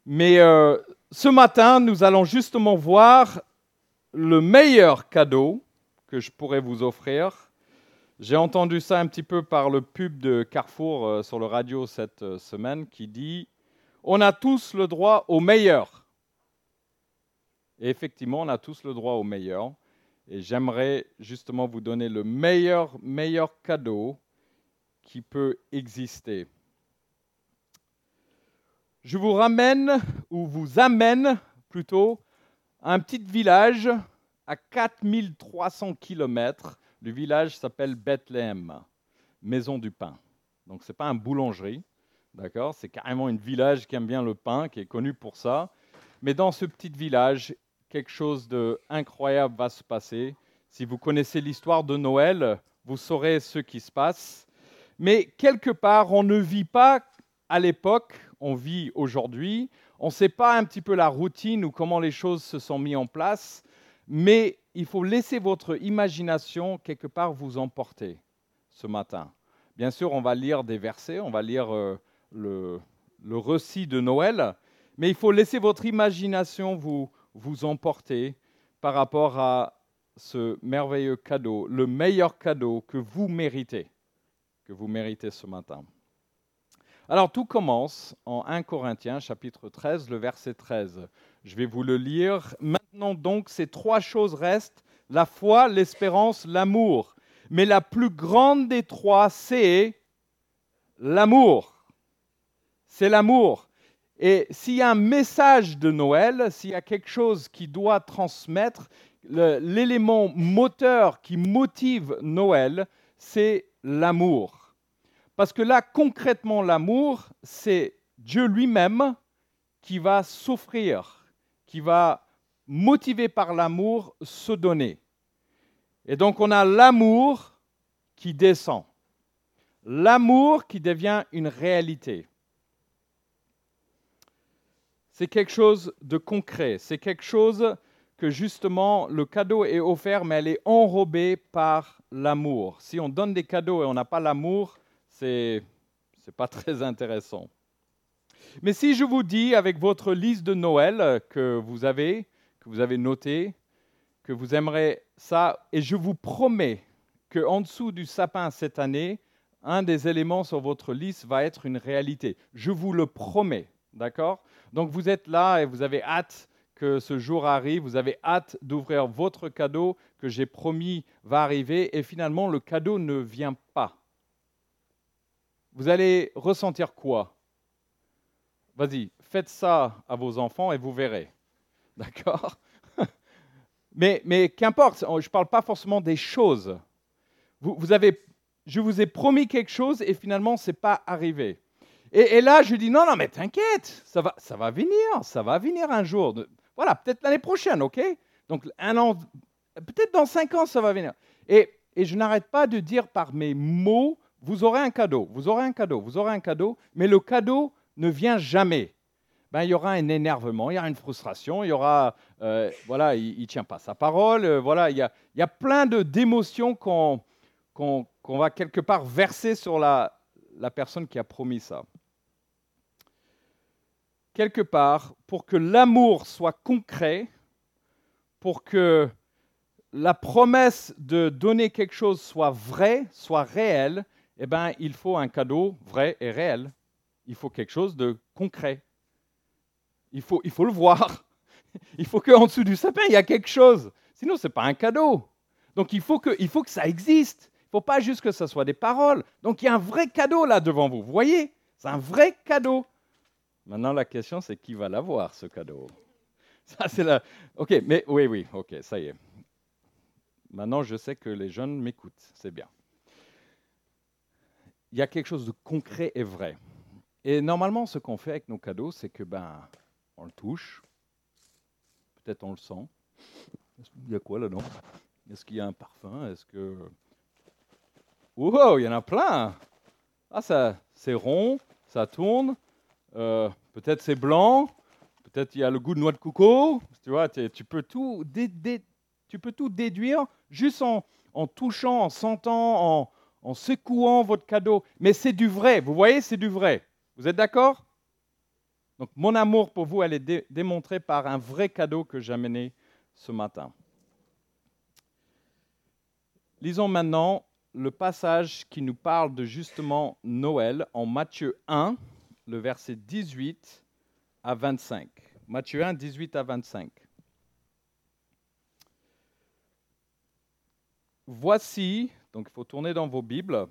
Mais ce matin, nous allons justement voir le meilleur cadeau que je pourrais vous offrir. J'ai entendu ça un petit peu par le pub de Carrefour sur le radio cette semaine qui dit « On a tous le droit au meilleur ». Et effectivement, on a tous le droit au meilleur. Et j'aimerais justement vous donner le meilleur cadeau qui peut exister. Je vous ramène, ou vous amène plutôt, à un petit village à 4300 km. Le village s'appelle Bethléem, Maison du Pain. Donc ce n'est pas une boulangerie, d'accord ? C'est carrément un village qui aime bien le pain, qui est connu pour ça. Mais dans ce petit village, quelque chose d'incroyable va se passer. Si vous connaissez l'histoire de Noël, vous saurez ce qui se passe. Mais quelque part, on ne vit pas à l'époque, on vit aujourd'hui. On ne sait pas un petit peu la routine ou comment les choses se sont mises en place, mais il faut laisser votre imagination quelque part vous emporter ce matin. Bien sûr, on va lire des versets, on va lire le récit de Noël, mais il faut laisser votre imagination vous emporter par rapport à ce merveilleux cadeau, le meilleur cadeau que vous méritez ce matin. Alors, tout commence en 1 Corinthiens, chapitre 13, le verset 13. Je vais vous le lire. Maintenant donc, ces trois choses restent, la foi, l'espérance, l'amour. Mais la plus grande des trois, c'est l'amour. C'est l'amour. Et s'il y a un message de Noël, s'il y a quelque chose qui doit transmettre, l'élément moteur qui motive Noël, c'est l'amour. Parce que là, concrètement, l'amour, c'est Dieu lui-même qui va s'offrir, qui va, motivé par l'amour, se donner. Et donc, on a l'amour qui descend. L'amour qui devient une réalité. C'est quelque chose de concret. C'est quelque chose que, justement, le cadeau est offert, mais elle est enrobée par l'amour. Si on donne des cadeaux et on n'a pas l'amour, c'est pas très intéressant. Mais si je vous dis, avec votre liste de Noël que vous avez noté, que vous aimerez ça, et je vous promets qu'en dessous du sapin cette année, un des éléments sur votre liste va être une réalité. Je vous le promets, d'accord ? Donc vous êtes là et vous avez hâte que ce jour arrive, vous avez hâte d'ouvrir votre cadeau que j'ai promis va arriver, et finalement le cadeau ne vient pas. Vous allez ressentir quoi ? Vas-y, faites ça à vos enfants et vous verrez. D'accord ? mais qu'importe, je ne parle pas forcément des choses. Je vous ai promis quelque chose et finalement, ce n'est pas arrivé. Et là, je dis, non, mais t'inquiète, ça va venir un jour. Voilà, peut-être l'année prochaine, ok ? Donc, un an, peut-être dans 5 ans, ça va venir. Et je n'arrête pas de dire par mes mots, vous aurez un cadeau, mais le cadeau ne vient jamais. Il y aura un énervement, il y aura une frustration, il y aura, il ne tient pas sa parole, il y a plein d'émotions qu'on va quelque part verser sur la personne qui a promis ça. Quelque part, pour que l'amour soit concret, pour que la promesse de donner quelque chose soit vraie, soit réelle, il faut un cadeau vrai et réel. Il faut quelque chose de concret. Il faut le voir. Il faut qu'en dessous du sapin, il y a quelque chose. Sinon, ce n'est pas un cadeau. Donc, il faut que ça existe. Il ne faut pas juste que ce soit des paroles. Donc, il y a un vrai cadeau là devant vous. Vous voyez ? C'est un vrai cadeau. Maintenant, la question, c'est qui va l'avoir, ce cadeau ? Ça, c'est la... OK, mais oui, OK, ça y est. Maintenant, je sais que les jeunes m'écoutent. C'est bien. Il y a quelque chose de concret et vrai. Et normalement, ce qu'on fait avec nos cadeaux, c'est que, on le touche. Peut-être on le sent. Il y a quoi là-dedans ? Est-ce qu'il y a un parfum ? Est-ce que... Oh, il y en a plein ! Ah, ça, c'est rond, ça tourne. Peut-être c'est blanc. Peut-être il y a le goût de noix de coco. Tu vois, tu peux tout déduire juste en touchant, en sentant, en secouant votre cadeau. Mais c'est du vrai. Vous voyez, c'est du vrai. Vous êtes d'accord ? Donc mon amour pour vous, elle est démontrée par un vrai cadeau que j'ai amené ce matin. Lisons maintenant le passage qui nous parle de justement Noël en Matthieu 1, le verset 18 à 25. Matthieu 1, 18 à 25. Voici, donc il faut tourner dans vos Bibles,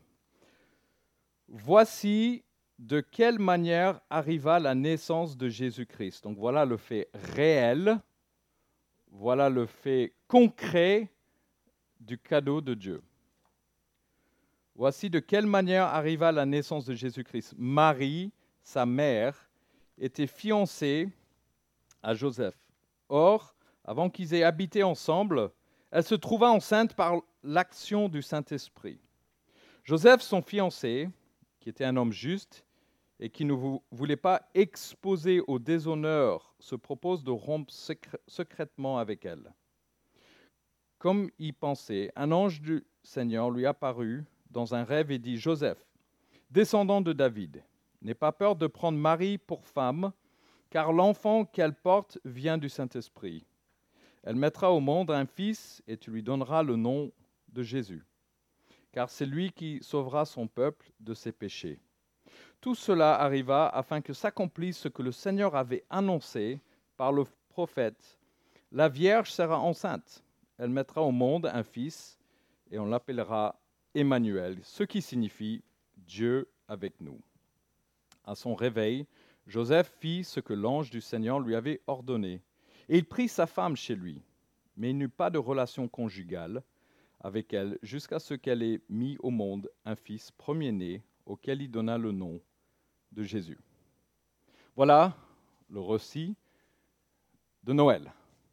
voici de quelle manière arriva la naissance de Jésus-Christ. Donc voilà le fait réel, voilà le fait concret du cadeau de Dieu. Voici de quelle manière arriva la naissance de Jésus-Christ. Marie, sa mère, était fiancée à Joseph. Or, avant qu'ils aient habité ensemble, elle se trouva enceinte par l'action du Saint-Esprit. Joseph, son fiancé, qui était un homme juste et qui ne voulait pas exposer au déshonneur, se propose de rompre secrètement avec elle. Comme il pensait, un ange du Seigneur lui apparut dans un rêve et dit « Joseph, descendant de David, n'aie pas peur de prendre Marie pour femme, car l'enfant qu'elle porte vient du Saint-Esprit. Elle mettra au monde un fils et tu lui donneras le nom de Jésus, car c'est lui qui sauvera son peuple de ses péchés. » Tout cela arriva afin que s'accomplisse ce que le Seigneur avait annoncé par le prophète. La Vierge sera enceinte. Elle mettra au monde un fils et on l'appellera Emmanuel, ce qui signifie Dieu avec nous. À son réveil, Joseph fit ce que l'ange du Seigneur lui avait ordonné. Et il prit sa femme chez lui, mais il n'eut pas de relation conjugale avec elle jusqu'à ce qu'elle ait mis au monde un fils premier-né auquel il donna le nom de Jésus. Voilà le récit de Noël,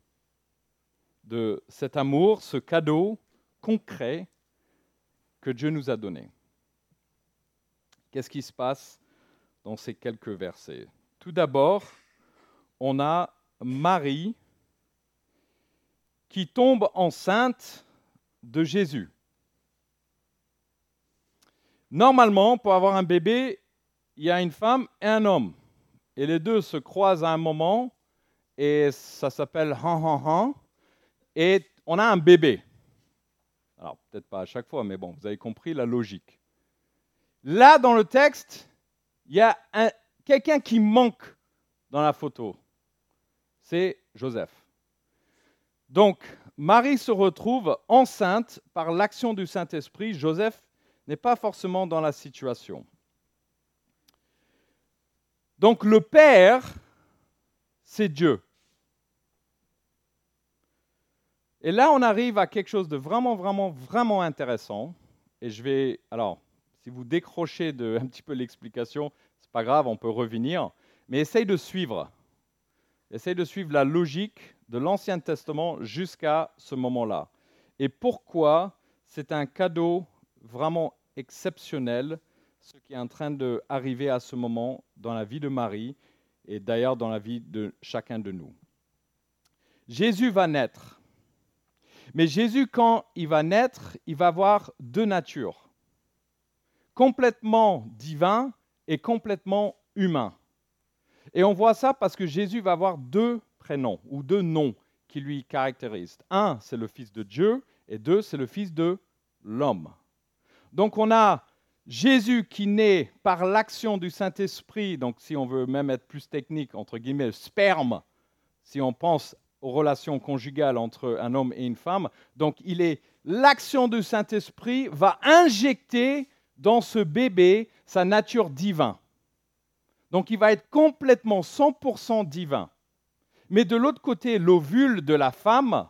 de cet amour, ce cadeau concret que Dieu nous a donné. Qu'est-ce qui se passe dans ces quelques versets? Tout d'abord, on a Marie qui tombe enceinte de Jésus. Normalement, pour avoir un bébé, il y a une femme et un homme. Et les deux se croisent à un moment, et ça s'appelle han. Et on a un bébé. Alors, peut-être pas à chaque fois, mais bon, vous avez compris la logique. Là, dans le texte, il y a quelqu'un qui manque dans la photo. C'est Joseph. Donc, Marie se retrouve enceinte par l'action du Saint-Esprit. Joseph n'est pas forcément dans la situation. Donc, le Père, c'est Dieu. Et là, on arrive à quelque chose de vraiment intéressant. Et alors, si vous décrochez un petit peu l'explication, c'est pas grave, on peut revenir. Mais essaye de suivre. Essaye de suivre la logique de l'Ancien Testament jusqu'à ce moment-là. Et pourquoi c'est un cadeau vraiment exceptionnel, ce qui est en train d'arriver à ce moment dans la vie de Marie et d'ailleurs dans la vie de chacun de nous. Jésus va naître. Mais Jésus, quand il va naître, il va avoir deux natures. Complètement divin et complètement humain. Et on voit ça parce que Jésus va avoir deux prénoms ou deux noms qui lui caractérisent. Un, c'est le Fils de Dieu, et deux, c'est le Fils de l'homme. Donc on a Jésus qui naît par l'action du Saint-Esprit, donc si on veut même être plus technique, entre guillemets, le sperme, si on pense aux relations conjugales entre un homme et une femme. Donc l'action du Saint-Esprit va injecter dans ce bébé sa nature divine. Donc il va être complètement 100% divin. Mais de l'autre côté, l'ovule de la femme,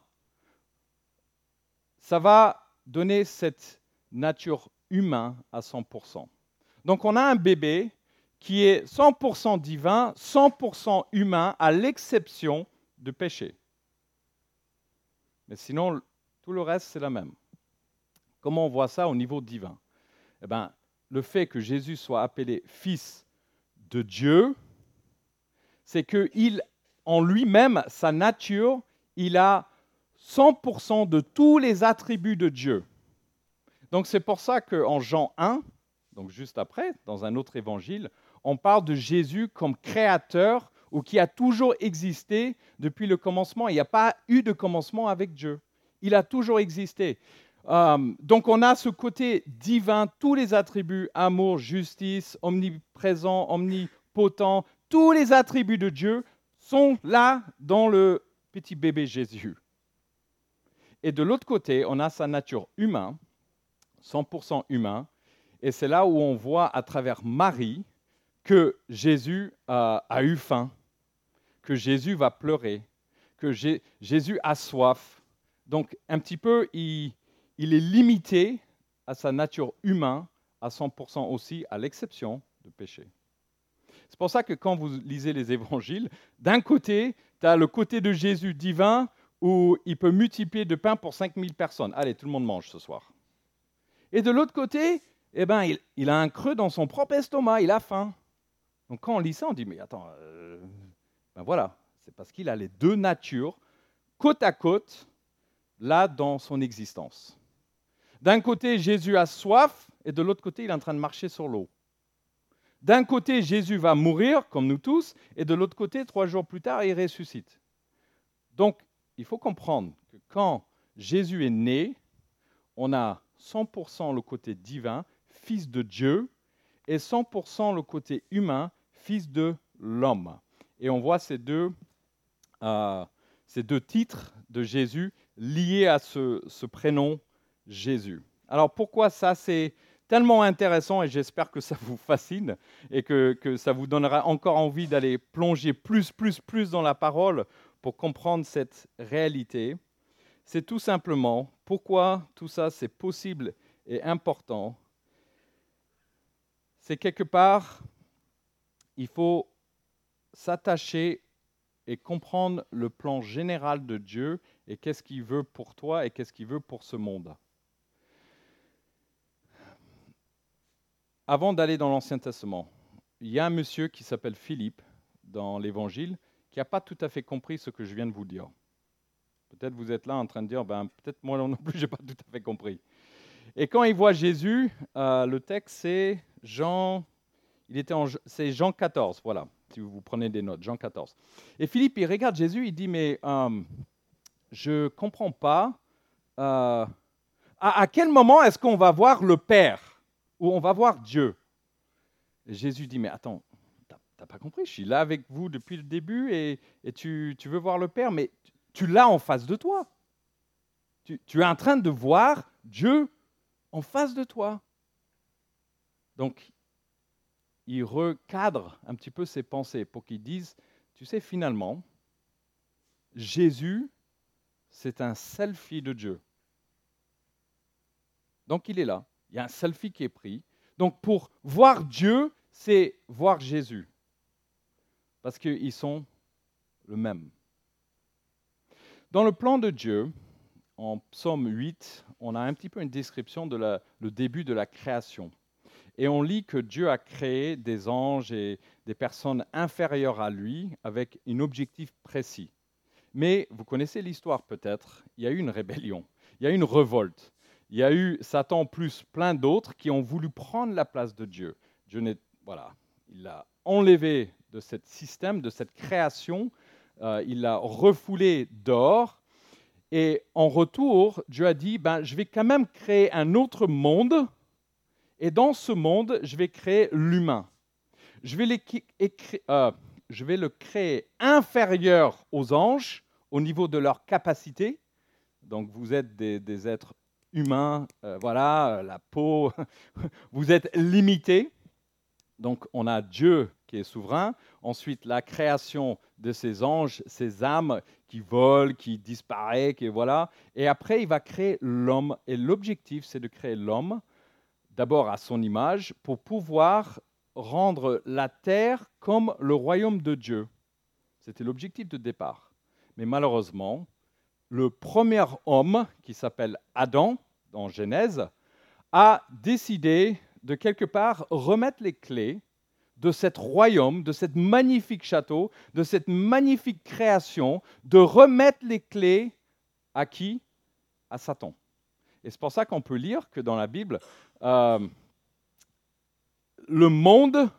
ça va donner cette nature humaine à 100%. Donc on a un bébé qui est 100% divin, 100% humain, à l'exception du péché. Mais sinon, tout le reste, c'est la même. Comment on voit ça au niveau divin? Eh bien, le fait que Jésus soit appelé Fils de Dieu, c'est qu'il, en lui-même, sa nature, il a 100% de tous les attributs de Dieu. Donc c'est pour ça qu'en Jean 1, donc juste après, dans un autre évangile, on parle de Jésus comme créateur ou qui a toujours existé depuis le commencement. Il n'y a pas eu de commencement avec Dieu. Il a toujours existé. Donc on a ce côté divin, tous les attributs, amour, justice, omniprésent, omnipotent, tous les attributs de Dieu sont là dans le petit bébé Jésus. Et de l'autre côté, on a sa nature humaine, 100% humain, et c'est là où on voit à travers Marie que Jésus a eu faim, que Jésus va pleurer, que Jésus a soif. Donc un petit peu, il est limité à sa nature humaine, à 100% aussi, à l'exception du péché. C'est pour ça que quand vous lisez les évangiles, d'un côté, tu as le côté de Jésus divin où il peut multiplier de pain pour 5000 personnes. Allez, tout le monde mange ce soir. Et de l'autre côté, eh ben, il a un creux dans son propre estomac, il a faim. Donc quand on lit ça, on dit, mais attends, ben voilà, c'est parce qu'il a les deux natures côte à côte, là, dans son existence. D'un côté, Jésus a soif, et de l'autre côté, il est en train de marcher sur l'eau. D'un côté, Jésus va mourir, comme nous tous, et de l'autre côté, 3 jours plus tard, il ressuscite. Donc, il faut comprendre que quand Jésus est né, on a 100% le côté divin, fils de Dieu, et 100% le côté humain, fils de l'homme. Et on voit ces deux titres de Jésus liés à ce prénom Jésus. Alors pourquoi ça, c'est tellement intéressant et j'espère que ça vous fascine et que ça vous donnera encore envie d'aller plonger plus dans la parole pour comprendre cette réalité. C'est tout simplement pourquoi tout ça c'est possible et important. C'est quelque part, il faut s'attacher et comprendre le plan général de Dieu et qu'est-ce qu'il veut pour toi et qu'est-ce qu'il veut pour ce monde. Avant d'aller dans l'Ancien Testament, il y a un monsieur qui s'appelle Philippe dans l'Évangile qui n'a pas tout à fait compris ce que je viens de vous dire. Peut-être vous êtes là en train de dire, peut-être moi non plus, je n'ai pas tout à fait compris. Et quand il voit Jésus, le texte c'est c'est Jean 14, voilà, si vous prenez des notes, Jean 14. Et Philippe, il regarde Jésus, il dit, mais je ne comprends pas, à quel moment est-ce qu'on va voir le Père ou on va voir Dieu? Et Jésus dit, mais attends, t'as pas compris, je suis là avec vous depuis le début et tu veux voir le Père, mais tu l'as en face de toi. Tu es en train de voir Dieu en face de toi. Donc, il recadre un petit peu ses pensées pour qu'il dise, tu sais, finalement, Jésus, c'est un selfie de Dieu. Donc, il est là. Il y a un selfie qui est pris. Donc, pour voir Dieu, c'est voir Jésus. Parce qu'ils sont le même. Dans le plan de Dieu, en Psaume 8, on a un petit peu une description de le début de la création. Et on lit que Dieu a créé des anges et des personnes inférieures à lui avec un objectif précis. Mais vous connaissez l'histoire peut-être, il y a eu une rébellion, il y a eu une révolte, il y a eu Satan plus plein d'autres qui ont voulu prendre la place de Dieu. Il l'a enlevé de ce système, de cette création, il l'a refoulé dehors. Et en retour, Dieu a dit, je vais quand même créer un autre monde. Et dans ce monde, je vais créer l'humain. Je vais le créer inférieur aux anges au niveau de leur capacité. Donc vous êtes des êtres humains, la peau, vous êtes limités. Donc on a Dieu qui est souverain. Ensuite, la création de ces anges, ces âmes qui volent, qui disparaissent, Et après, il va créer l'homme. Et l'objectif, c'est de créer l'homme d'abord à son image, pour pouvoir rendre la terre comme le royaume de Dieu. C'était l'objectif de départ. Mais malheureusement, le premier homme, qui s'appelle Adam, dans Genèse, a décidé de quelque part remettre les clés de cet royaume, de cet magnifique château, de cette magnifique création, de remettre les clés à qui? À Satan. Et c'est pour ça qu'on peut lire que dans la Bible, le monde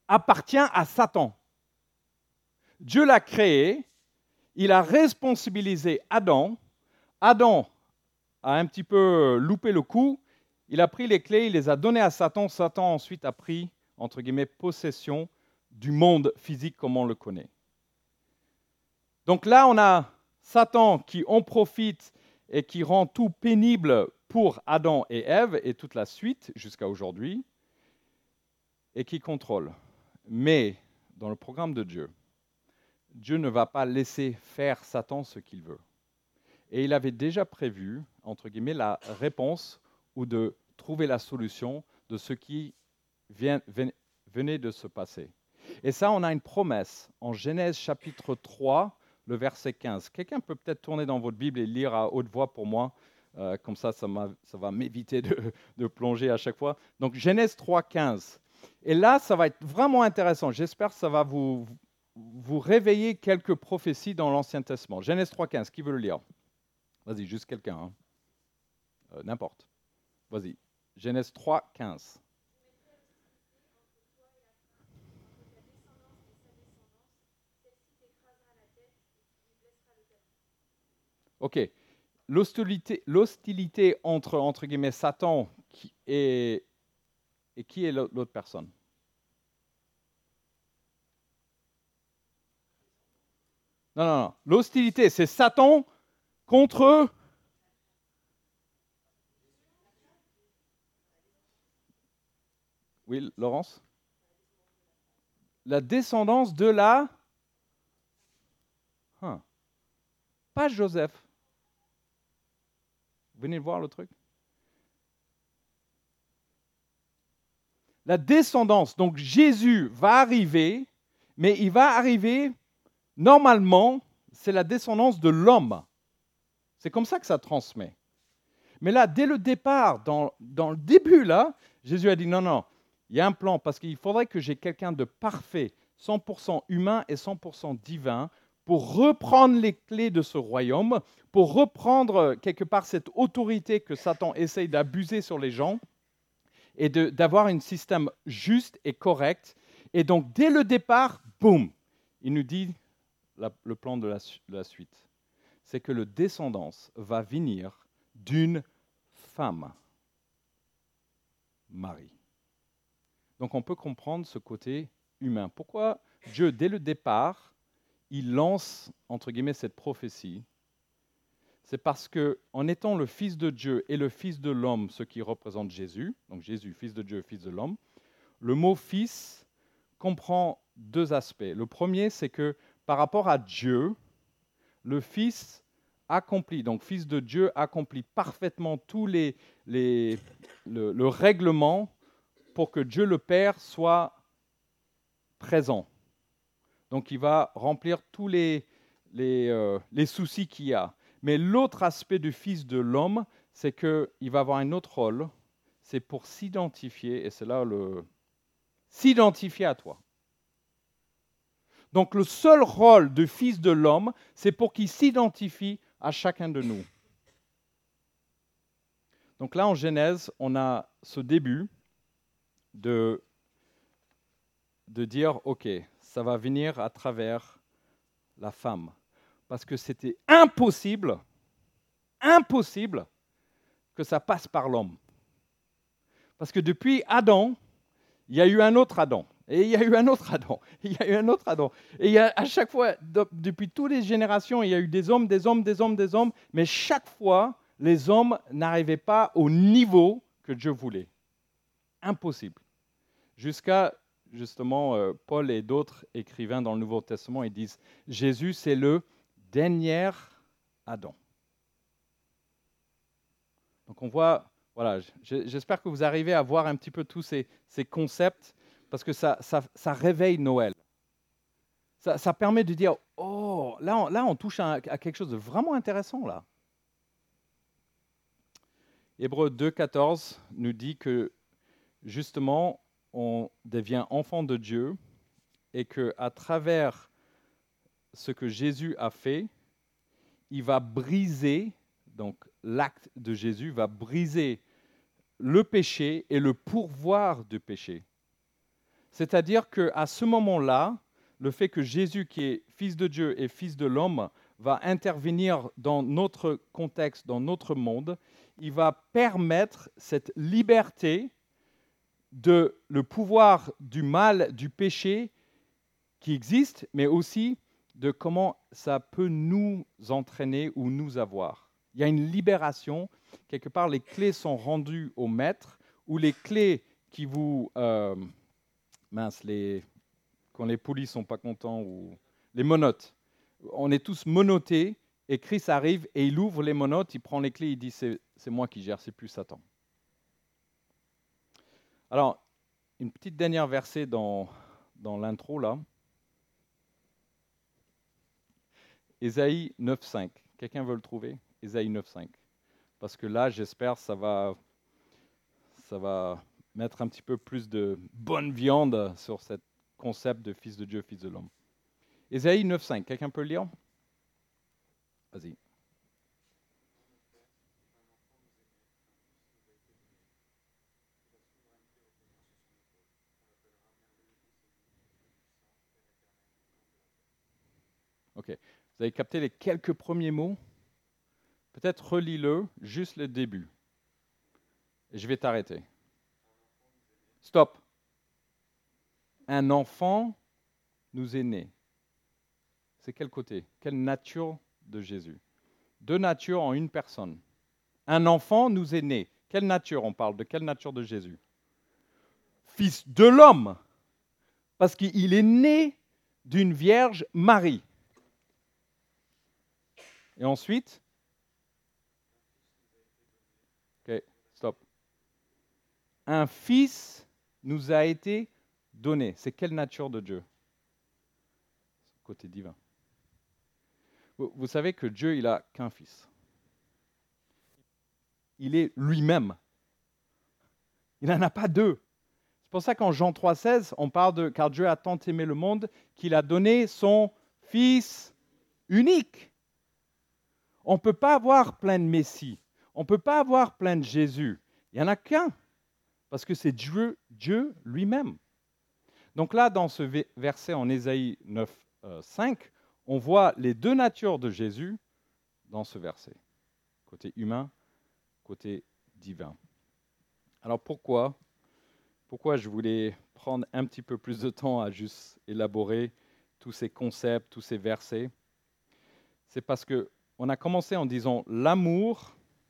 appartient à Satan. Dieu l'a créé, il a responsabilisé Adam. Adam a un petit peu loupé le coup, il a pris les clés, il les a données à Satan. Satan ensuite a pris, entre guillemets, possession du monde physique comme on le connaît. Donc là, on a Satan qui en profite et qui rend tout pénible pour Adam et Ève et toute la suite jusqu'à aujourd'hui, et qui contrôle. Mais dans le programme de Dieu, Dieu ne va pas laisser faire Satan ce qu'il veut. Et il avait déjà prévu, entre guillemets, la réponse ou de trouver la solution de ce qui venait de se passer. Et ça, on a une promesse en Genèse chapitre 3, le verset 15. Quelqu'un peut peut-être tourner dans votre Bible et lire à haute voix pour moi, comme ça va m'éviter de plonger à chaque fois. Donc Genèse 3, 15. Et là, ça va être vraiment intéressant. J'espère que ça va vous réveiller quelques prophéties dans l'Ancien Testament. Genèse 3, 15, qui veut le lire? Vas-y, juste quelqu'un. Hein. N'importe. Vas-y. Genèse 3, 15. OK. L'hostilité entre guillemets Satan et qui est l'autre personne? Non. L'hostilité, c'est Satan contre... Oui, Laurence? La descendance de la... Pas Joseph. Vous venez de voir le truc? La descendance, donc Jésus va arriver, mais il va arriver, normalement, c'est la descendance de l'homme. C'est comme ça que ça transmet. Mais là, dès le départ, dans le début, là, Jésus a dit non, il y a un plan, parce qu'il faudrait que j'ai quelqu'un de parfait, 100% humain et 100% divin, pour reprendre les clés de ce royaume, pour reprendre quelque part cette autorité que Satan essaye d'abuser sur les gens, et d'avoir un système juste et correct. Et donc, dès le départ, boum, il nous dit le plan de la suite. C'est que le descendance va venir d'une femme, Marie. Donc, on peut comprendre ce côté humain. Pourquoi Dieu, dès le départ, il lance, entre guillemets, cette prophétie? C'est parce que, en étant le Fils de Dieu et le Fils de l'homme, ce qui représente Jésus, donc Jésus, Fils de Dieu, Fils de l'homme, le mot Fils comprend deux aspects. Le premier, c'est que par rapport à Dieu, le Fils accomplit, donc Fils de Dieu accomplit parfaitement tous le règlement pour que Dieu le Père soit présent. Donc il va remplir tous les soucis qu'il y a. Mais l'autre aspect du Fils de l'homme, c'est qu'il va avoir un autre rôle, c'est pour s'identifier, et c'est là s'identifier à toi. Donc le seul rôle du Fils de l'homme, c'est pour qu'il s'identifie à chacun de nous. Donc là, en Genèse, on a ce début de dire, OK, ça va venir à travers la femme. Parce que c'était impossible que ça passe par l'homme. Parce que depuis Adam, il y a eu un autre Adam. Et il y a eu un autre Adam. Il y a eu un autre Adam. Et à chaque fois, depuis toutes les générations, il y a eu des hommes, mais chaque fois, les hommes n'arrivaient pas au niveau que Dieu voulait. Impossible. Jusqu'à, justement, Paul et d'autres écrivains dans le Nouveau Testament, ils disent, Jésus, c'est le dernier Adam. Donc on voit, voilà, j'espère que vous arrivez à voir un petit peu tous ces concepts, parce que ça réveille Noël. Ça permet de dire, oh, là on touche à quelque chose de vraiment intéressant, là. Hébreux 2,14 nous dit que, justement, on devient enfant de Dieu et qu'à travers ce que Jésus a fait, il va briser, donc l'acte de Jésus va briser le péché et le pourvoir du péché. C'est-à-dire qu'à ce moment-là, le fait que Jésus, qui est fils de Dieu et fils de l'homme, va intervenir dans notre contexte, dans notre monde, il va permettre cette liberté de le pouvoir du mal, du péché qui existe, mais aussi de comment ça peut nous entraîner ou nous avoir. Il y a une libération. Quelque part, les clés sont rendues au maître, ou les clés qui vous... quand les poulies ne sont pas contents, ou les monotes. On est tous monotés, et Christ arrive, et il ouvre les monotes, il prend les clés, il dit, c'est moi qui gère, c'est plus Satan. Alors, une petite dernière verset dans l'intro, là. Ésaïe 9.5. Quelqu'un veut le trouver? Ésaïe 9.5. Parce que là, j'espère, ça va mettre un petit peu plus de bonne viande sur ce concept de fils de Dieu, fils de l'homme. Ésaïe 9.5. Quelqu'un peut le lire? Vas-y. Ok. Vous avez capté les quelques premiers mots? Peut-être relis-le, juste le début. Et je vais t'arrêter. Stop. Un enfant nous est né. C'est quel côté? Quelle nature de Jésus? Deux natures en une personne. Un enfant nous est né. Quelle nature on parle? De quelle nature de Jésus? Fils de l'homme. Parce qu'il est né d'une vierge Marie. Et ensuite, ok, stop. Un fils nous a été donné. C'est quelle nature de Dieu? Côté divin. Vous savez que Dieu, il n'a qu'un fils. Il est lui-même. Il n'en a pas deux. C'est pour ça qu'en Jean 3,16, on parle de « Car Dieu a tant aimé le monde qu'il a donné son Fils unique ». On ne peut pas avoir plein de Messie. On ne peut pas avoir plein de Jésus. Il n'y en a qu'un. Parce que c'est Dieu lui-même. Donc là, dans ce verset en Ésaïe 9, 5, on voit les deux natures de Jésus dans ce verset. Côté humain, côté divin. Alors pourquoi je voulais prendre un petit peu plus de temps à juste élaborer tous ces concepts, tous ces versets? C'est parce qu'on a commencé en disant l'amour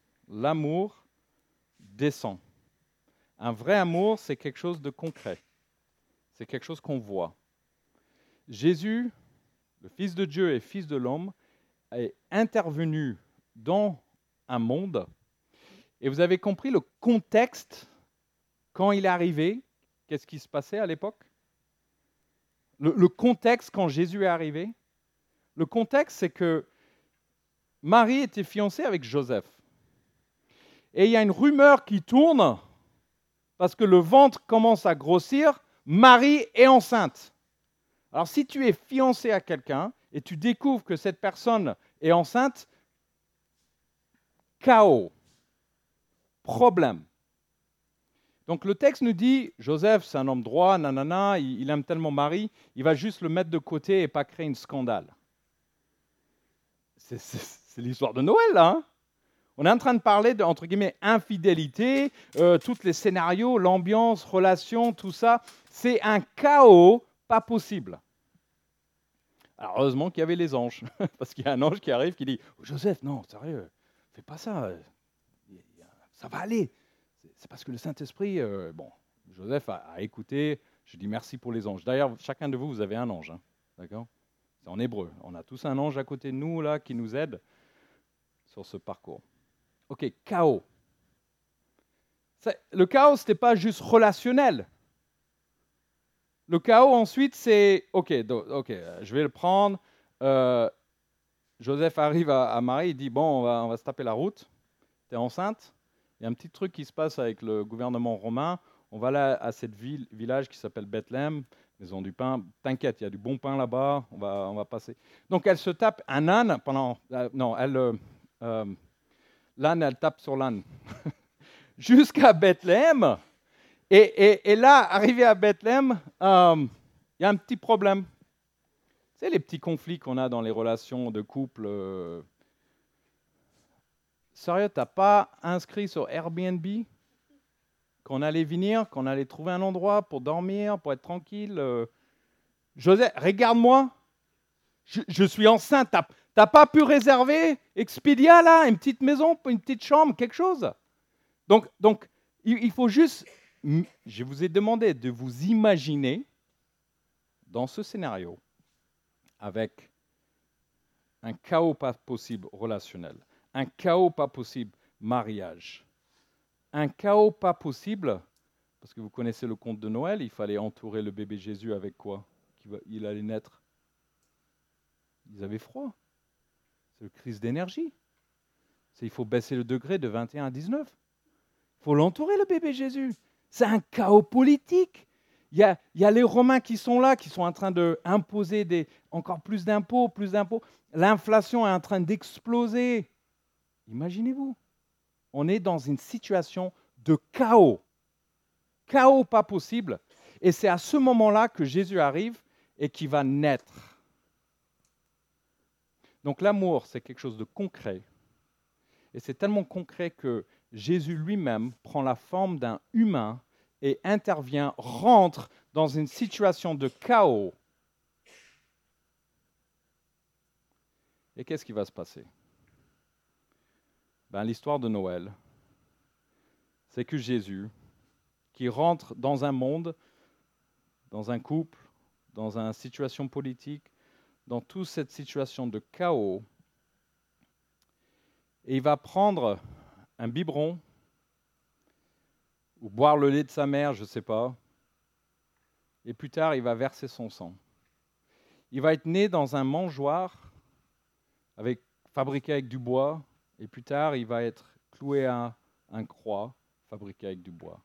descend. Un vrai amour, c'est quelque chose de concret. C'est quelque chose qu'on voit. Jésus, le Fils de Dieu et Fils de l'homme, est intervenu dans un monde. Et vous avez compris le contexte quand il est arrivé. Qu'est-ce qui se passait à l'époque? Le contexte quand Jésus est arrivé. Le contexte, c'est que Marie était fiancée avec Joseph. Et il y a une rumeur qui tourne, parce que le ventre commence à grossir, Marie est enceinte. Alors si tu es fiancé à quelqu'un et tu découvres que cette personne est enceinte, chaos, problème. Donc le texte nous dit, Joseph, c'est un homme droit, nanana, il aime tellement Marie, il va juste le mettre de côté et pas créer un scandale. C'est l'histoire de Noël, là. Hein? On est en train de parler de, entre guillemets, infidélité, tous les scénarios, l'ambiance, relations, tout ça. C'est un chaos pas possible. Alors, heureusement qu'il y avait les anges, parce qu'il y a un ange qui arrive qui dit « Joseph, non, sérieux, fais pas ça, ça va aller. » C'est parce que le Saint-Esprit, Joseph a écouté, je dis merci pour les anges. D'ailleurs, chacun de vous, vous avez un ange, hein, d'accord? C'est en hébreu. On a tous un ange à côté de nous, là, qui nous aide sur ce parcours. Ok, chaos. Le chaos, ce n'était pas juste relationnel. Le chaos, ensuite, c'est, ok, je vais le prendre. Joseph arrive à Marie, il dit, bon, on va se taper la route. Tu es enceinte. Il y a un petit truc qui se passe avec le gouvernement romain. On va là à cette village qui s'appelle Bethléem, maison du pain. T'inquiète, il y a du bon pain là-bas, on va passer. Donc, elle se tape un âne pendant... l'âne, elle tape sur l'âne. Jusqu'à Bethléem. Et là, arrivé à Bethléem, il y a un petit problème. C'est les petits conflits qu'on a dans les relations de couple. Sérieux, tu n'as pas inscrit sur Airbnb qu'on allait venir, qu'on allait trouver un endroit pour dormir, pour être tranquille. Joseph, regarde-moi, je suis enceinte. T'as pas pu réserver Expedia, là, une petite maison, une petite chambre, quelque chose? Donc il faut juste... Je vous ai demandé de vous imaginer dans ce scénario avec un chaos pas possible relationnel, un chaos pas possible mariage, un chaos pas possible, parce que vous connaissez le conte de Noël, il fallait entourer le bébé Jésus avec quoi? Il allait naître. Ils avaient froid. C'est le crise d'énergie. Il faut baisser le degré de 21 à 19. Il faut l'entourer, le bébé Jésus. C'est un chaos politique. Il y a les Romains qui sont là, qui sont en train d'imposer encore plus d'impôts, plus d'impôts. L'inflation est en train d'exploser. Imaginez-vous, on est dans une situation de chaos. Chaos pas possible. Et c'est à ce moment-là que Jésus arrive et qui va naître. Donc l'amour, c'est quelque chose de concret. Et c'est tellement concret que Jésus lui-même prend la forme d'un humain et intervient, rentre dans une situation de chaos. Et qu'est-ce qui va se passer? L'histoire de Noël, c'est que Jésus, qui rentre dans un monde, dans un couple, dans une situation politique, dans toute cette situation de chaos, et il va prendre un biberon ou boire le lait de sa mère, je ne sais pas, et plus tard, il va verser son sang. Il va être né dans un mangeoire fabriqué avec du bois, et plus tard, il va être cloué à un croix fabriqué avec du bois.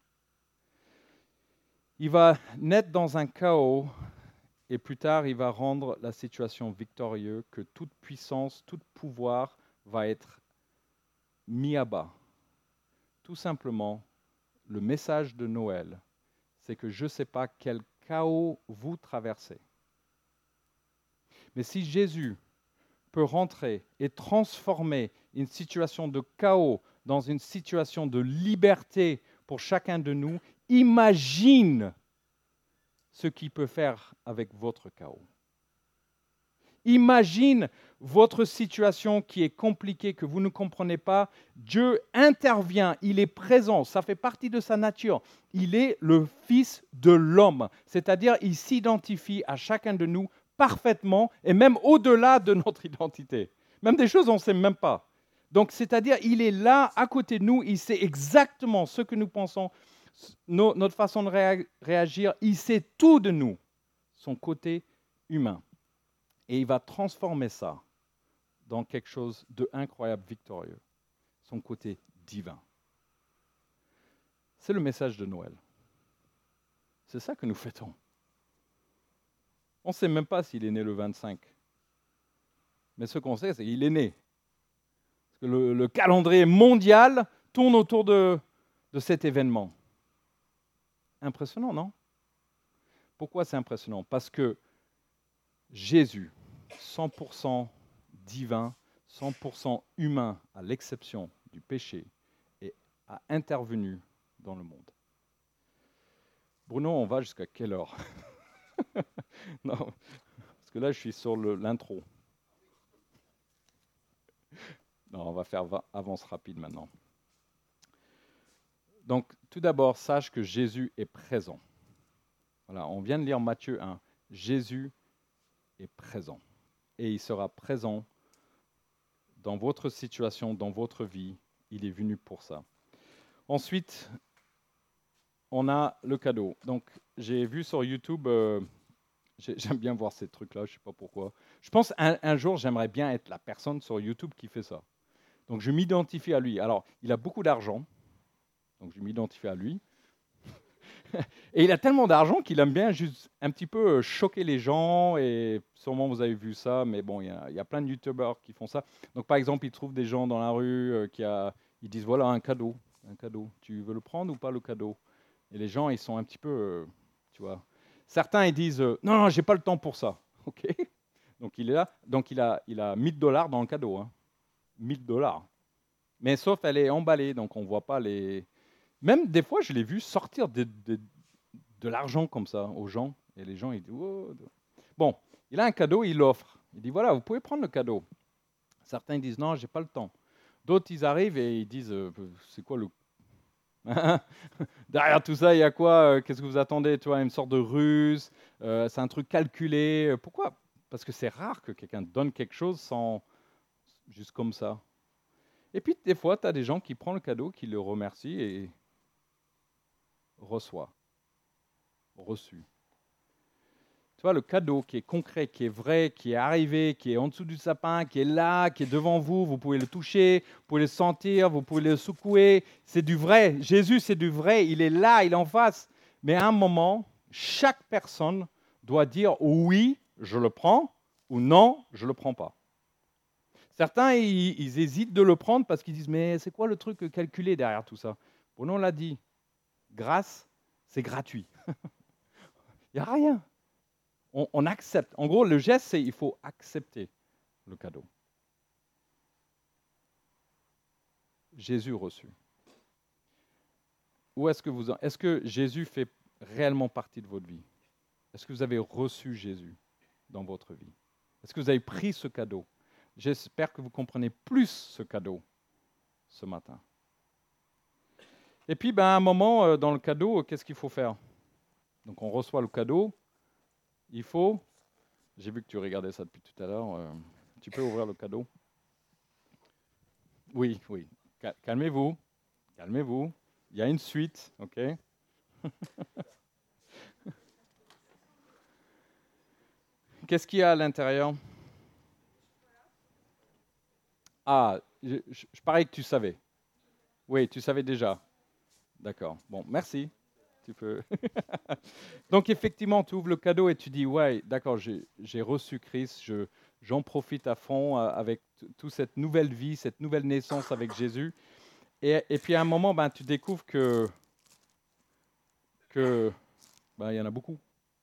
Il va naître dans un chaos, et plus tard, il va rendre la situation victorieuse, que toute puissance, tout pouvoir va être mis à bas. Tout simplement, le message de Noël, c'est que je ne sais pas quel chaos vous traversez. Mais si Jésus peut rentrer et transformer une situation de chaos dans une situation de liberté pour chacun de nous, imagine ce qu'il peut faire avec votre chaos. Imagine votre situation qui est compliquée, que vous ne comprenez pas. Dieu intervient, il est présent, ça fait partie de sa nature. Il est le Fils de l'homme, c'est-à-dire il s'identifie à chacun de nous parfaitement et même au-delà de notre identité. Même des choses on ne sait même pas. Donc, c'est-à-dire il est là, à côté de nous, il sait exactement ce que nous pensons, notre façon de réagir, il sait tout de nous, son côté humain. Et il va transformer ça dans quelque chose d'incroyable, victorieux, son côté divin. C'est le message de Noël. C'est ça que nous fêtons. On ne sait même pas s'il est né le 25. Mais ce qu'on sait, c'est qu'il est né. Parce que le calendrier mondial tourne autour de cet événement. Impressionnant, non? Pourquoi c'est impressionnant? Parce que Jésus, 100% divin, 100% humain, à l'exception du péché, a intervenu dans le monde. Bruno, on va jusqu'à quelle heure? Non, parce que là, je suis sur l'intro. Non, on va faire avance rapide maintenant. Donc, tout d'abord, sache que Jésus est présent. Voilà, on vient de lire Matthieu 1. Jésus est présent. Et il sera présent dans votre situation, dans votre vie. Il est venu pour ça. Ensuite, on a le cadeau. Donc, j'ai vu sur YouTube, j'aime bien voir ces trucs-là, je ne sais pas pourquoi. Je pense un jour, j'aimerais bien être la personne sur YouTube qui fait ça. Donc, je m'identifie à lui. Alors, il a beaucoup d'argent, donc je m'identifie à lui. Et il a tellement d'argent qu'il aime bien juste un petit peu choquer les gens. Et sûrement, vous avez vu ça, mais bon, il y a plein de YouTubeurs qui font ça. Donc, par exemple, ils trouvent des gens dans la rue ils disent, voilà, un cadeau. Tu veux le prendre ou pas, le cadeau? Et les gens, ils sont un petit peu, tu vois. Certains, ils disent, non, non, j'ai pas le temps pour ça. OK. Donc, il est là. Donc, il a $1000 dans le cadeau. Hein. $1000. Mais sauf, elle est emballée, donc on ne voit pas les... Même des fois, je l'ai vu sortir de l'argent comme ça aux gens. Et les gens, ils disent, oh. Bon, il a un cadeau, il l'offre. Il dit, voilà, vous pouvez prendre le cadeau. Certains disent, non, j'ai pas le temps. D'autres, ils arrivent et ils disent, c'est quoi le... Derrière tout ça, il y a quoi? Qu'est-ce que vous attendez? Tu vois, une sorte de ruse? C'est un truc calculé. Pourquoi? Parce que c'est rare que quelqu'un donne quelque chose sans... juste comme ça. Et puis, des fois, tu as des gens qui prennent le cadeau, qui le remercient et reçoivent. Reçu. Tu vois, le cadeau qui est concret, qui est vrai, qui est arrivé, qui est en dessous du sapin, qui est là, qui est devant vous, vous pouvez le toucher, vous pouvez le sentir, vous pouvez le secouer, c'est du vrai. Jésus, c'est du vrai, il est là, il est en face. Mais à un moment, chaque personne doit dire oui, je le prends, ou non, je ne le prends pas. Certains, ils hésitent de le prendre parce qu'ils disent, mais c'est quoi le truc calculé derrière tout ça? Bon, on l'a dit, grâce, c'est gratuit. Il n'y a rien. On accepte. En gros, le geste, c'est il faut accepter le cadeau. Jésus reçu. Où est-ce que Jésus fait réellement partie de votre vie? Est-ce que vous avez reçu Jésus dans votre vie? Est-ce que vous avez pris ce cadeau? J'espère que vous comprenez plus ce cadeau ce matin. Et puis, à un moment, dans le cadeau, qu'est-ce qu'il faut faire? Donc, on reçoit le cadeau. Il faut... J'ai vu que tu regardais ça depuis tout à l'heure. Tu peux ouvrir le cadeau? Oui, oui. Calmez-vous. Calmez-vous. Il y a une suite, OK? Qu'est-ce qu'il y a à l'intérieur? Ah, je parie que tu savais. Oui, tu savais déjà. D'accord. Bon, merci. Tu peux. Donc, effectivement, tu ouvres le cadeau et tu dis, ouais, d'accord, j'ai reçu Christ, j'en profite à fond avec toute cette nouvelle vie, cette nouvelle naissance avec Jésus. Et puis, à un moment, tu découvres que il y en a beaucoup.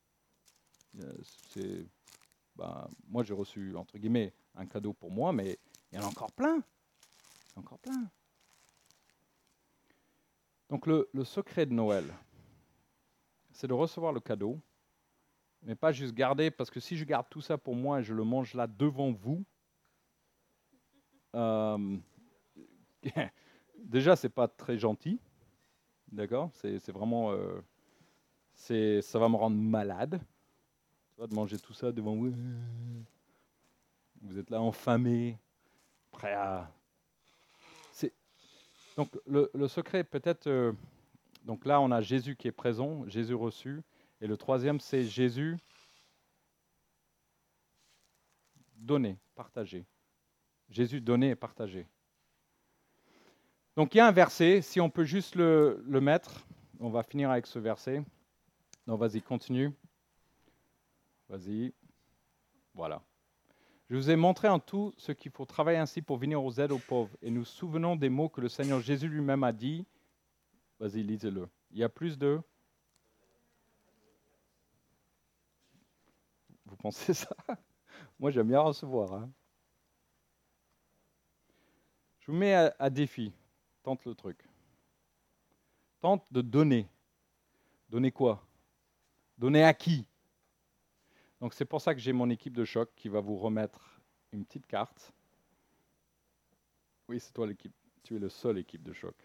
C'est, moi, j'ai reçu, entre guillemets, un cadeau pour moi, mais il y en a encore plein. Encore plein. Donc, le secret de Noël, c'est de recevoir le cadeau, mais pas juste garder, parce que si je garde tout ça pour moi et je le mange là devant vous, déjà, c'est pas très gentil, d'accord? C'est vraiment, ça va me rendre malade, tu vois, de manger tout ça devant vous. Vous êtes là enfamé, prêt à... Donc, le secret, peut-être... donc là, on a Jésus qui est présent, Jésus reçu. Et le troisième, c'est Jésus donné, partagé. Jésus donné et partagé. Donc, il y a un verset, si on peut juste le mettre, on va finir avec ce verset. Non, vas-y, continue. Vas-y. Voilà. Je vous ai montré en tout ce qu'il faut travailler ainsi pour venir aux aides aux pauvres. Et nous souvenons des mots que le Seigneur Jésus lui-même a dit. Vas-y, lisez-le. Il y a plus de... Vous pensez ça? Moi, j'aime bien recevoir. Hein. Je vous mets à défi. Tente le truc. Tente de donner. Donner quoi? Donner à qui? Donc, c'est pour ça que j'ai mon équipe de choc qui va vous remettre une petite carte. Oui, c'est toi l'équipe. Tu es le seul équipe de choc.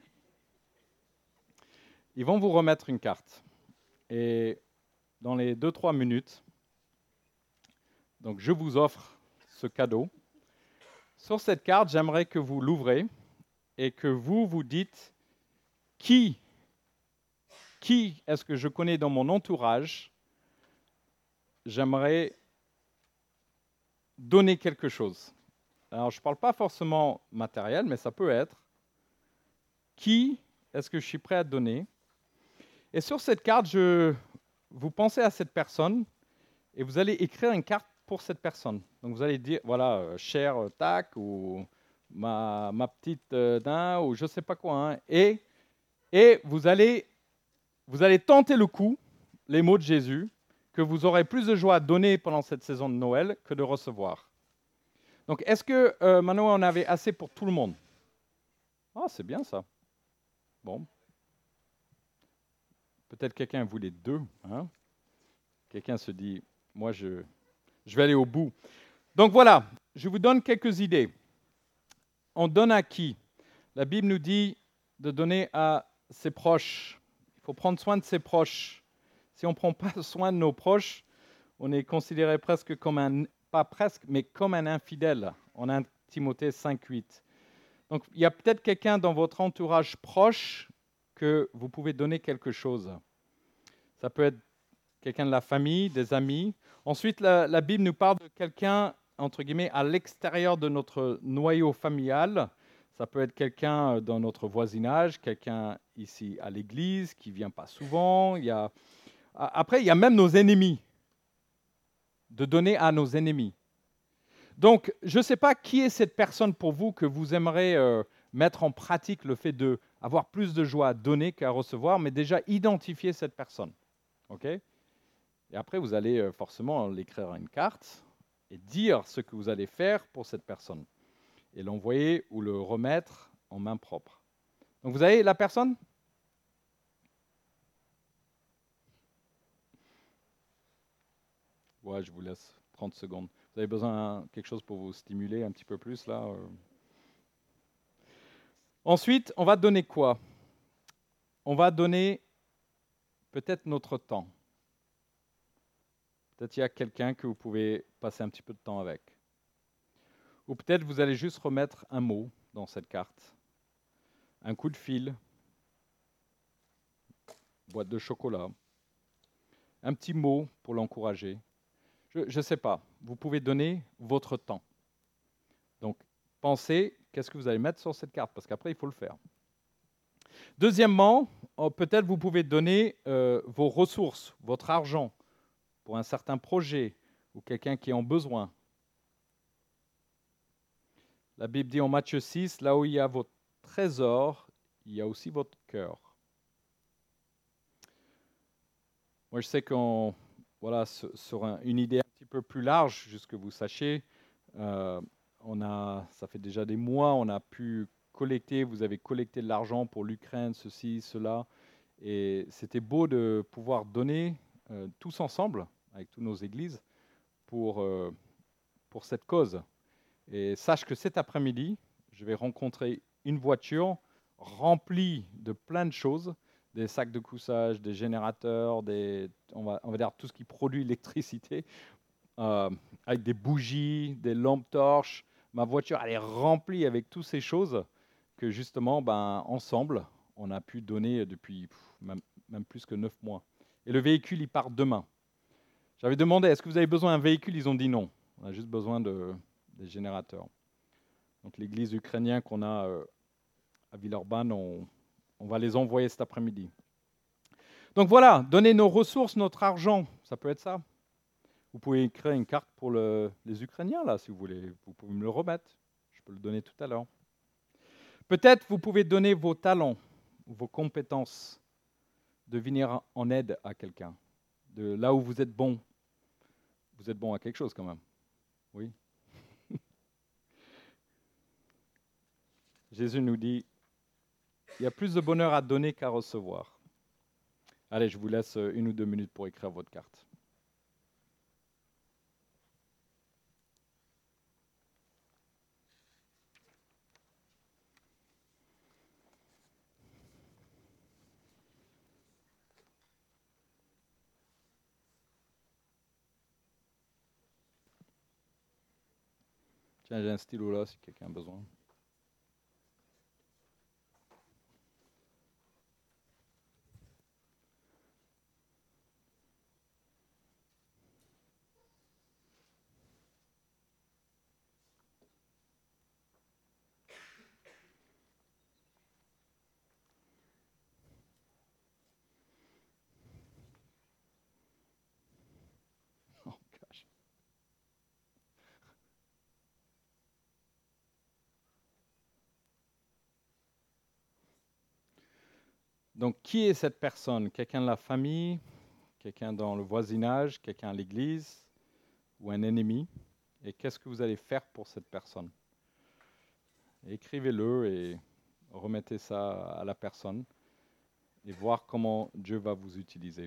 Ils vont vous remettre une carte. Et dans les 2-3 minutes, donc je vous offre ce cadeau. Sur cette carte, j'aimerais que vous l'ouvrez et que vous dites qui est-ce que je connais dans mon entourage, j'aimerais donner quelque chose. Alors, je ne parle pas forcément matériel, mais ça peut être qui est-ce que je suis prêt à donner. Et sur cette carte, vous pensez à cette personne et vous allez écrire une carte pour cette personne. Donc, vous allez dire, voilà, cher tac, ou ma petite dain, ou je ne sais pas quoi. Hein. Et vous allez vous allez tenter le coup, les mots de Jésus, que vous aurez plus de joie à donner pendant cette saison de Noël que de recevoir. Donc, est-ce que maintenant on avait assez pour tout le monde? Ah, c'est bien ça. Bon, peut-être quelqu'un voulait deux. Hein? Quelqu'un se dit, moi je vais aller au bout. Donc voilà, je vous donne quelques idées. On donne à qui? La Bible nous dit de donner à ses proches. Il faut prendre soin de ses proches. Si on ne prend pas soin de nos proches, on est considéré presque comme un, pas presque, mais comme un infidèle. En 1 Timothée 5,8. Donc il y a peut-être quelqu'un dans votre entourage proche que vous pouvez donner quelque chose. Ça peut être quelqu'un de la famille, des amis. Ensuite, la Bible nous parle de quelqu'un, entre guillemets, à l'extérieur de notre noyau familial. Ça peut être quelqu'un dans notre voisinage, quelqu'un ici à l'église qui ne vient pas souvent. Après, il y a même nos ennemis, de donner à nos ennemis. Donc, je ne sais pas qui est cette personne pour vous que vous aimeriez mettre en pratique le fait d'avoir plus de joie à donner qu'à recevoir, mais déjà identifier cette personne. OK ? Et après, vous allez forcément l'écrire à une carte et dire ce que vous allez faire pour cette personne. Et l'envoyer ou le remettre en main propre. Donc vous avez la personne? Ouais, je vous laisse 30 secondes. Vous avez besoin de quelque chose pour vous stimuler un petit peu plus là Ensuite, on va donner quoi? On va donner peut-être notre temps. Peut-être il y a quelqu'un que vous pouvez passer un petit peu de temps avec. Ou peut-être vous allez juste remettre un mot dans cette carte. Un coup de fil, boîte de chocolat, un petit mot pour l'encourager. Je ne sais pas. Vous pouvez donner votre temps. Donc, pensez, qu'est-ce que vous allez mettre sur cette carte? Parce qu'après, il faut le faire. Deuxièmement, peut-être vous pouvez donner vos ressources, votre argent, pour un certain projet ou quelqu'un qui est en besoin. La Bible dit en Matthieu 6, là où il y a votre trésor, il y a aussi votre cœur. Moi, je sais qu'on, voilà, sur une idée un petit peu plus large, juste que vous sachiez, ça fait déjà des mois, on a pu collecter, vous avez collecté de l'argent pour l'Ukraine, ceci, cela, et c'était beau de pouvoir donner tous ensemble, avec toutes nos églises, pour cette cause. Et sache que cet après-midi, je vais rencontrer une voiture remplie de plein de choses, des sacs de couchage, des générateurs, on va dire tout ce qui produit l'électricité, avec des bougies, des lampes torches. Ma voiture, elle est remplie avec toutes ces choses que justement, ensemble, on a pu donner depuis même plus que 9 mois. Et le véhicule, il part demain. J'avais demandé, est-ce que vous avez besoin d'un véhicule? Ils ont dit non. On a juste besoin des générateurs. Donc l'église ukrainienne qu'on a à Villeurbanne, on va les envoyer cet après-midi. Donc voilà, donner nos ressources, notre argent, ça peut être ça. Vous pouvez créer une carte pour les Ukrainiens, là, si vous voulez. Vous pouvez me le remettre. Je peux le donner tout à l'heure. Peut-être vous pouvez donner vos talents, vos compétences, de venir en aide à quelqu'un. De là où vous êtes bon à quelque chose quand même. Oui. Jésus nous dit, il y a plus de bonheur à donner qu'à recevoir. Allez, je vous laisse 1 ou 2 minutes pour écrire votre carte. Tiens, j'ai un stylo là si quelqu'un a besoin. Oh, gosh. Donc, qui est cette personne? Quelqu'un de la famille, quelqu'un dans le voisinage, quelqu'un à l'église ou un ennemi? Et qu'est-ce que vous allez faire pour cette personne? Écrivez-le et remettez ça à la personne et voir comment Dieu va vous utiliser.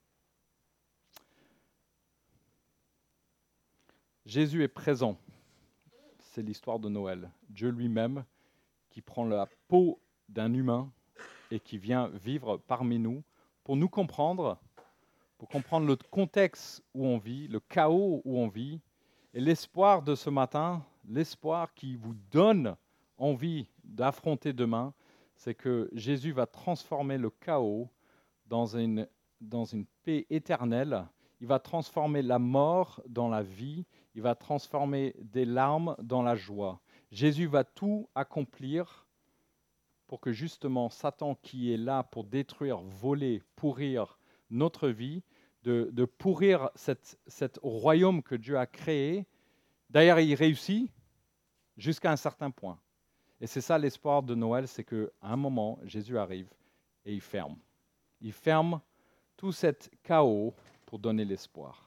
Jésus est présent. C'est l'histoire de Noël. Dieu lui-même qui prend la peau d'un humain et qui vient vivre parmi nous pour nous comprendre, pour comprendre le contexte où on vit, le chaos où on vit, et l'espoir de ce matin, l'espoir qui vous donne envie d'affronter demain, c'est que Jésus va transformer le chaos dans une paix éternelle. Il va transformer la mort dans la vie. Il va transformer des larmes dans la joie. Jésus va tout accomplir pour que justement Satan, qui est là pour détruire, voler, pourrir notre vie, de pourrir cet royaume que Dieu a créé, d'ailleurs il réussit jusqu'à un certain point. Et c'est ça l'espoir de Noël, c'est qu'à un moment, Jésus arrive et il ferme. Il ferme tout cet chaos pour donner l'espoir.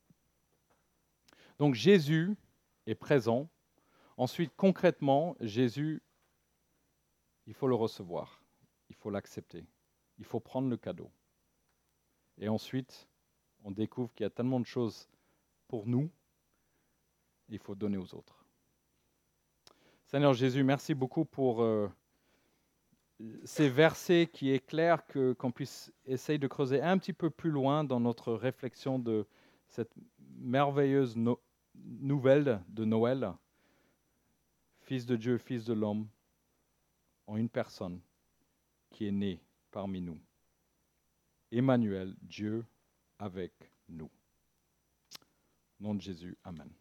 Donc Jésus est présent. Ensuite, concrètement, Jésus, il faut le recevoir, il faut l'accepter, il faut prendre le cadeau. Et ensuite, on découvre qu'il y a tellement de choses pour nous, il faut donner aux autres. Seigneur Jésus, merci beaucoup pour ces versets qui éclairent qu'on puisse essayer de creuser un petit peu plus loin dans notre réflexion de cette merveilleuse nouvelle de Noël. Fils de Dieu, Fils de l'homme, en une personne qui est née parmi nous. Emmanuel, Dieu avec nous. Au nom de Jésus, Amen.